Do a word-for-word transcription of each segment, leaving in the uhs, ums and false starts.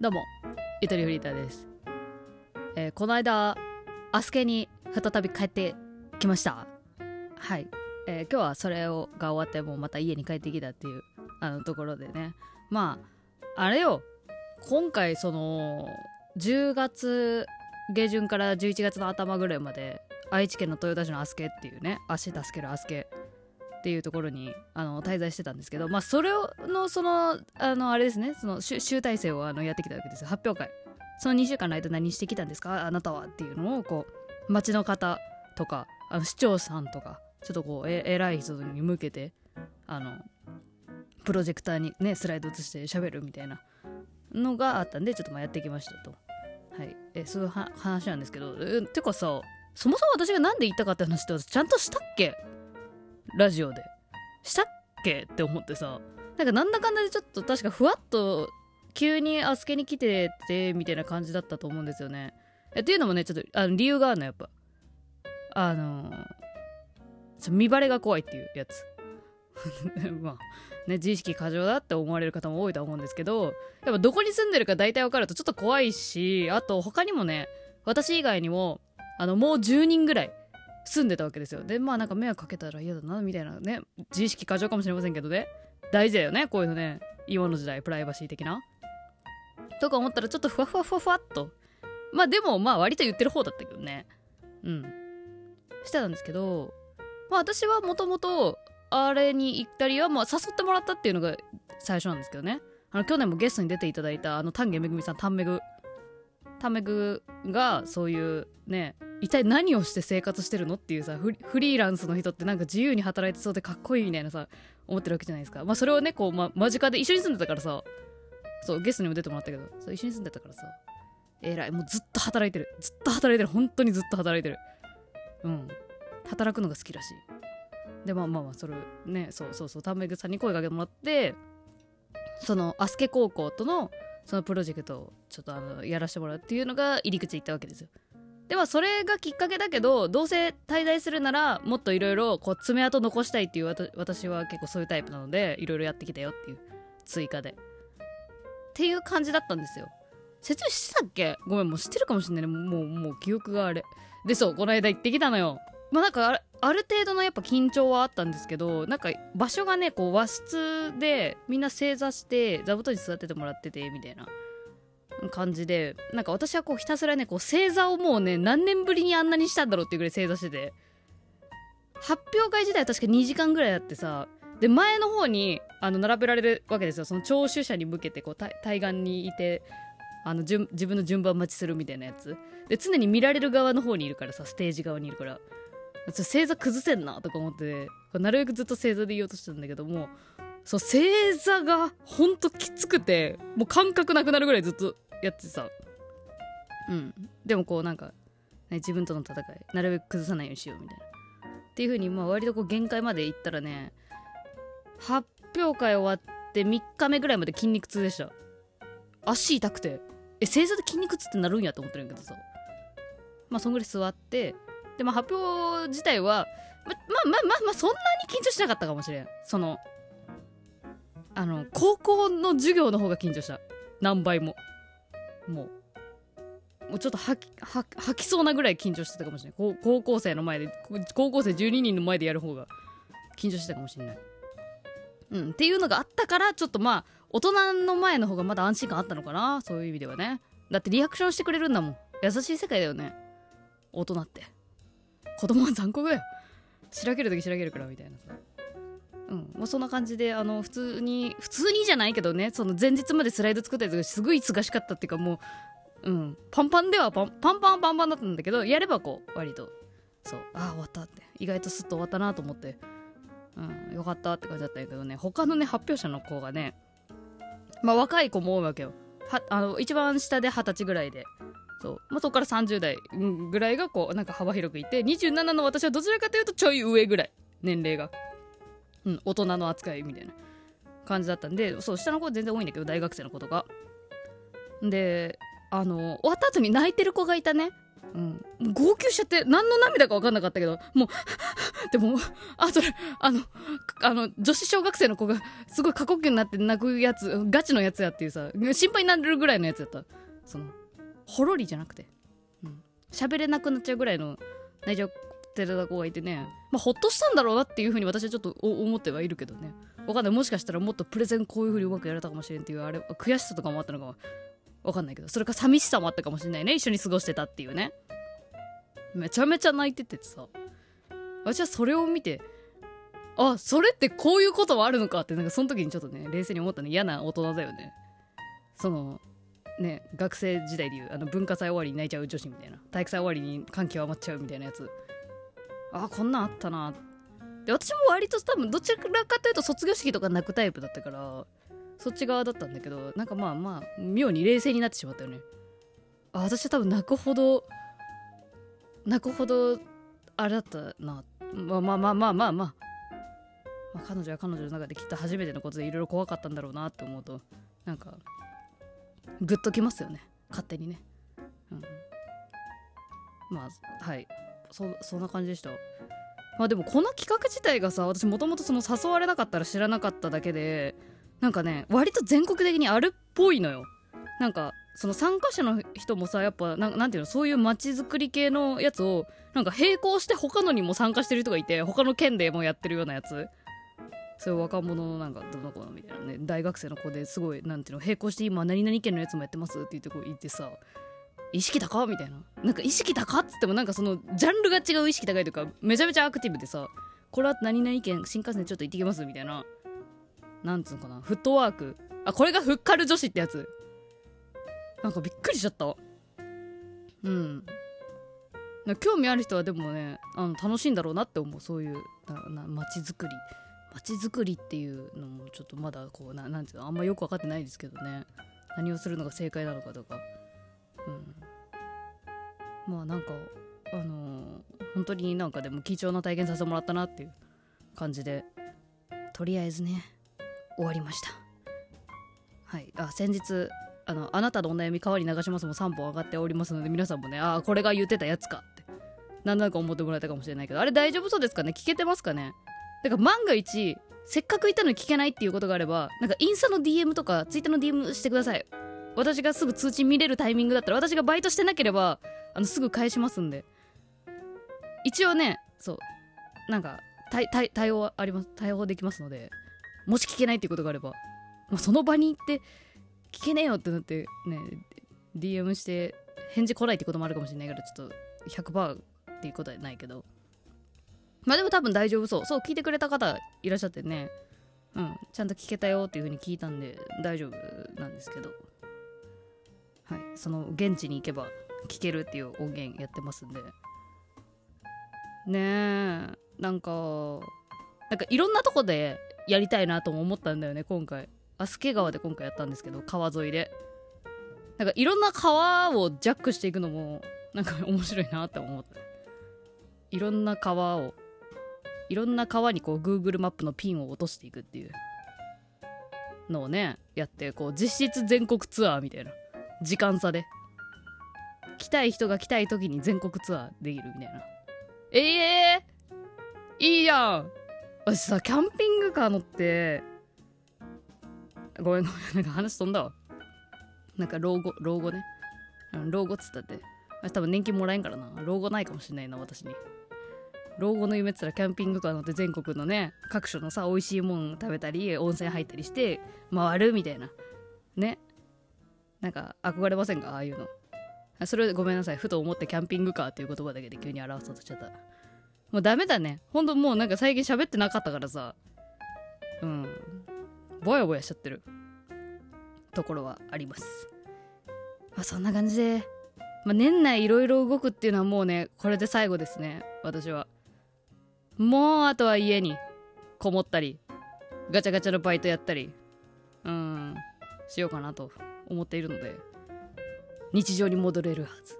どうもゆとりフリーターです。えー、この間アスケに再び帰ってきました。はい、えー、今日はそれをが終わってもうまた家に帰ってきたっていうあのところでね、まああれよ、今回そのじゅうがつ下旬からじゅういちがつの頭ぐらいまで愛知県の豊田市のアスケっていうね、足助けるアスケっていうところにあの滞在してたんですけど、まあそれのそのあのあれですね、その集大成をあのやってきたわけですよ。発表会、そのにしゅうかんの間何してきたんですかあなたはっていうのをこう町の方とかあの市長さんとかちょっとこうえ偉い人に向けてあのプロジェクターにねスライド映して喋るみたいなのがあったんで、ちょっとまあやってきましたと。はい、えそういう話なんですけど、えてかさ、そもそも私がなんで言ったかって話ってちゃんとしたっけ、ラジオでしたっけって思ってさ、なんかなんだかんだでちょっと確かふわっと急にアスケに来ててみたいな感じだったと思うんですよね。えっていうのもね、ちょっとあの理由があるの。やっぱあのー、見バレが怖いっていうやつまあね、自意識過剰だって思われる方も多いとは思うんですけど、やっぱどこに住んでるか大体分かるとちょっと怖いし、あと他にもね、私以外にもあのもうじゅうにんぐらい住んでたわけですよ。でまあなんか迷惑かけたら嫌だなみたいなね、自意識過剰かもしれませんけどね、大事だよねこういうのね、今の時代プライバシー的なとか思ったらちょっとふわふわふわふわっと、まあでもまあ割と言ってる方だったけどね、うんしてたんですけど、まあ私はもともとあれに行ったりはまあ誘ってもらったっていうのが最初なんですけどね、あの去年もゲストに出ていただいたあの丹下めぐみさん、タンメグタンメグがそういうね、一体何をして生活してるのっていうさ、フリフリーランスの人ってなんか自由に働いてそうでかっこいいみたいなさ思ってるわけじゃないですか。まあそれをねこう、ま、間近で一緒に住んでたからさ、そうゲストにも出てもらったけど、そう一緒に住んでたからさ、えらい、もうずっと働いてるずっと働いてる本当にずっと働いてる、うん働くのが好きらしい。でまあまあまあそれね、そうそうそう、タンメグさんに声かけてもらって、そのアスケ高校とのそのプロジェクトをちょっとあのやらせてもらうっていうのが入り口行ったわけですよ。ではそれがきっかけだけど、どうせ滞在するならもっといろいろ爪痕残したいっていうわた私は結構そういうタイプなので、いろいろやってきたよっていう追加でっていう感じだったんですよ。説明してたっけ、ごめんもう知ってるかもしんないね、もうもう記憶があれで、そうこの間行ってきたのよ。まあなんかある、ある程度のやっぱ緊張はあったんですけど、なんか場所がねこう和室でみんな正座して座布団に座っててもらっててみたいな感じで、なんか私はこうひたすらねこう正座をもうね何年ぶりにあんなにしたんだろうっていうぐらい正座してて、発表会自体は確かにじかんぐらいあってさ、で前の方にあの並べられるわけですよ、その聴取者に向けてこう対岸にいてあの自分の順番待ちするみたいなやつで、常に見られる側の方にいるからさ、ステージ側にいるから正座崩せんなとか思ってなるべくずっと正座でいようとしてたんだけども、そう正座がほんときつくてもう感覚なくなるぐらいずっとやってさ、うんでもこうなんか、ね、自分との戦いなるべく崩さないようにしようみたいなっていう風にまあ割とこう限界までいったらね、発表会終わってみっかめぐらいまで筋肉痛でした。足痛くて、え正座で筋肉痛ってなるんやと思ってるんやけどさ、まあそんぐらい座って、でも発表自体はまままままそんなに緊張しなかったかもしれん。そのあの高校の授業の方が緊張した、何倍も。もうもうちょっと吐き吐吐きそうなぐらい緊張してたかもしれない。高校生の前で、高校生じゅうににんの前でやる方が緊張してたかもしれない。うんっていうのがあったから、ちょっとまあ大人の前の方がまだ安心感あったのかな、そういう意味ではね。だってリアクションしてくれるんだもん。優しい世界だよね大人って。子供は残酷だよ、しらける時しらけるからみたいなさ。うんもうそんな感じで、あの普通に普通にじゃないけどね、その前日までスライド作ったやつがすごい忙しかったっていうか、もううんパンパンではパンパンパンパンパンだったんだけど、やればこう割とそう、ああ終わったって、意外とスッと終わったなと思って、うんよかったって感じだったんやけどね、他のね発表者の子がね、まあ若い子も多いわけよ。はあの一番下ではたちぐらいで、そう、まあ、そこからさんじゅう代ぐらいがこうなんか幅広くいて、にじゅうななの私はどちらかというとちょい上ぐらい、年齢が、うん、大人の扱いみたいな感じだったんで、そう下の子全然多いんだけど、大学生の子とかで、あの終わった後に泣いてる子がいたね。 うん、号泣しちゃって何の涙か分かんなかったけど、もうでもあそれあのあの女子小学生の子がすごい過呼吸になって泣くやつ、ガチのやつやっていうさ、心配になるぐらいのやつやった。そのほろりじゃなくて、喋、うん、れなくなっちゃうぐらいの泣いちゃってた子がいてね、まあほっとしたんだろうなっていう風に私はちょっと思ってはいるけどね。分かんない、もしかしたらもっとプレゼンこういう風にうまくやれたかもしれんっていう、あれ悔しさとかもあったのか分かんないけど、それか寂しさもあったかもしれないね、一緒に過ごしてたっていうね。めちゃめちゃ泣いててさ、私はそれを見て、あ、それってこういうこともあるのかって、なんかその時にちょっとね冷静に思ったね。嫌な大人だよね。そのね、学生時代でいうあの文化祭終わりに泣いちゃう女子みたいな、体育祭終わりに感極まっちゃうみたいなやつ、あ、こんなんあったな。で私も割と多分どちらかというと卒業式とか泣くタイプだったからそっち側だったんだけど、なんかまあまあ妙に冷静になってしまったよね。あ、私は多分泣くほど泣くほどあれだったな。まあまあまあまあまあまあ、まあ、彼女は彼女の中できっと初めてのことでいろいろ怖かったんだろうなって思うと、なんかグッときますよね、勝手にね。うん、まあはい、そそんな感じでした。まあでもこの企画自体がさ、私もともとその誘われなかったら知らなかっただけで、なんかね割と全国的にあるっぽいのよ。なんかその参加者の人もさ、やっぱ な, なんていうの、そういう街づくり系のやつをなんか並行して他のにも参加してる人がいて、他の県でもやってるようなやつ、そういう若者のなんかどの子のみたいなね、大学生の子ですごいなんていうの、並行して今何々県のやつもやってますって言ってこう言ってさ、意識高みたいな、なんか意識高っつってもなんかそのジャンルが違う意識高いというか、めちゃめちゃアクティブでさ、これは何々県新幹線ちょっと行ってきますみたいな、なんつうのかな、フットワーク、あ、これがフッカル女子ってやつ、なんかびっくりしちゃった。うん。興味ある人はでもね、あの楽しいんだろうなって思う。そういうなな街づくり街づくりっていうのもちょっとまだこう な, なんていうの、あんまよく分かってないですけどね、何をするのが正解なのかとか。うん、まあなんかあのー、本当になんかでも貴重な体験させてもらったなっていう感じで、とりあえずね終わりました。はい。あ、先日あのあなたのお悩み代わり流しますもさんぼん上がっておりますので、皆さんもね、ああこれが言ってたやつかってなんだか思ってもらえたかもしれないけど、あれ大丈夫そうですかね、聞けてますかね。だから万が一せっかくいたのに聞けないっていうことがあれば、なんかインスタの ディーエム とかツイッターの ディーエム してください。私がすぐ通知見れるタイミングだったら、私がバイトしてなければあのすぐ返しますんで。一応ね、そうなんか対対対応あります、対応できますので、もし聞けないっていうことがあれば、まあ、その場に行って聞けねえよってなってね ディーエム して返事来ないってこともあるかもしれないから、ちょっと ひゃくパーセント っていうことはないけど、まあでも多分大丈夫そう。そう聞いてくれた方いらっしゃってね、うん、ちゃんと聞けたよっていう風に聞いたんで大丈夫なんですけど、はい、その現地に行けば聞けるっていう音源やってますんでね。えなんかなんかいろんなとこでやりたいなとも思ったんだよね。今回飛鳥川で今回やったんですけど、川沿いでなんかいろんな川をジャックしていくのもなんか面白いなって思って、いろんな川をいろんな川にこう Google マップのピンを落としていくっていうのをねやって、こう実質全国ツアーみたいな時間差で来たい人が来たい時に全国ツアーできるみたいな。ええー、いいやん。私さキャンピングカー乗って、ごめんごめんなんか話飛んだわ。なんか老後老後ね、うん、老後っつったって私多分年金もらえんからな、老後ないかもしれないな私に。老後の夢っつったらキャンピングカー乗って全国のね各所のさ美味しいもん食べたり温泉入ったりして回るみたいなね、なんか憧れませんか、ああいうの。それごめんなさい、ふと思ってキャンピングカーっていう言葉だけで急に表そうとしちゃった。もうダメだね、ほんともうなんか最近喋ってなかったからさ、うんぼやぼやしちゃってるところはあります。まあそんな感じで、まあ、年内いろいろ動くっていうのはもうねこれで最後ですね。私はもうあとは家にこもったりガチャガチャのバイトやったりうんしようかなと思っているので、日常に戻れるはず、はい、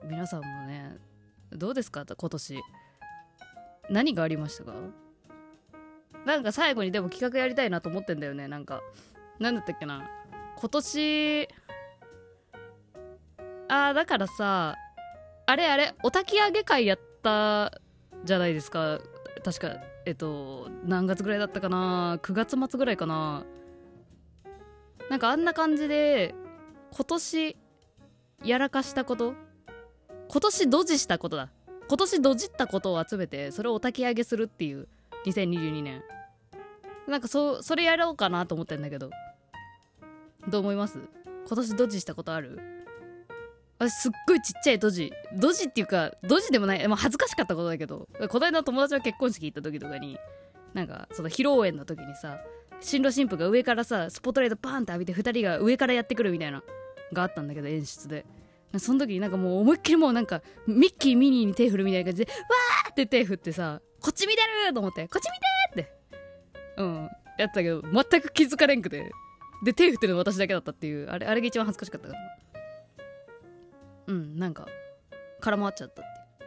皆さんもねどうですか、今年何がありましたか。なんか最後にでも企画やりたいなと思ってんだよね。なんかなんだったっけな、今年あーだからさ、あれあれお焚き上げ会やったじゃないですか。確かえっと何月ぐらいだったかな、くがつ末ぐらいかな。なんかあんな感じで今年やらかしたこと、今年ドジしたことだ、今年ドジったことを集めてそれをお焚き上げするっていうにせんにじゅうにねん、なんかそそれやろうかなと思ってんだけど、どう思います？今年ドジしたことある？私すっごいちっちゃいドジドジっていうかドジでもない、まあ、恥ずかしかったことだけど、この間友達の結婚式行った時とかになんかその披露宴の時にさ、新郎新婦が上からさスポットライトバーンって浴びてふたりが上からやってくるみたいながあったんだけど、演出でその時になんかもう思いっきりもうなんかミッキーミニーに手振るみたいな感じでわーって手振ってさ、こっち見てると思って、こっち見てってうんやったけど全く気づかれんくて、で手振ってるの私だけだったっていう、あれあれが一番恥ずかしかったから、うんなんか空回っちゃったっていう、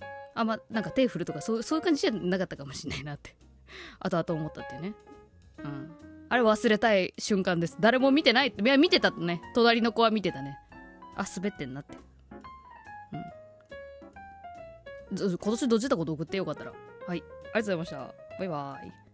あんまなんか手振るとかそうそういう感じじゃなかったかもしれないなって後々思ったっていうね。うん、あれ忘れたい瞬間です。誰も見てないって、いや見てたね、隣の子は見てたね。あ滑ってんなって、うん、今年ドジったこと送ってよかったら。はい、ありがとうございました。バイバーイ。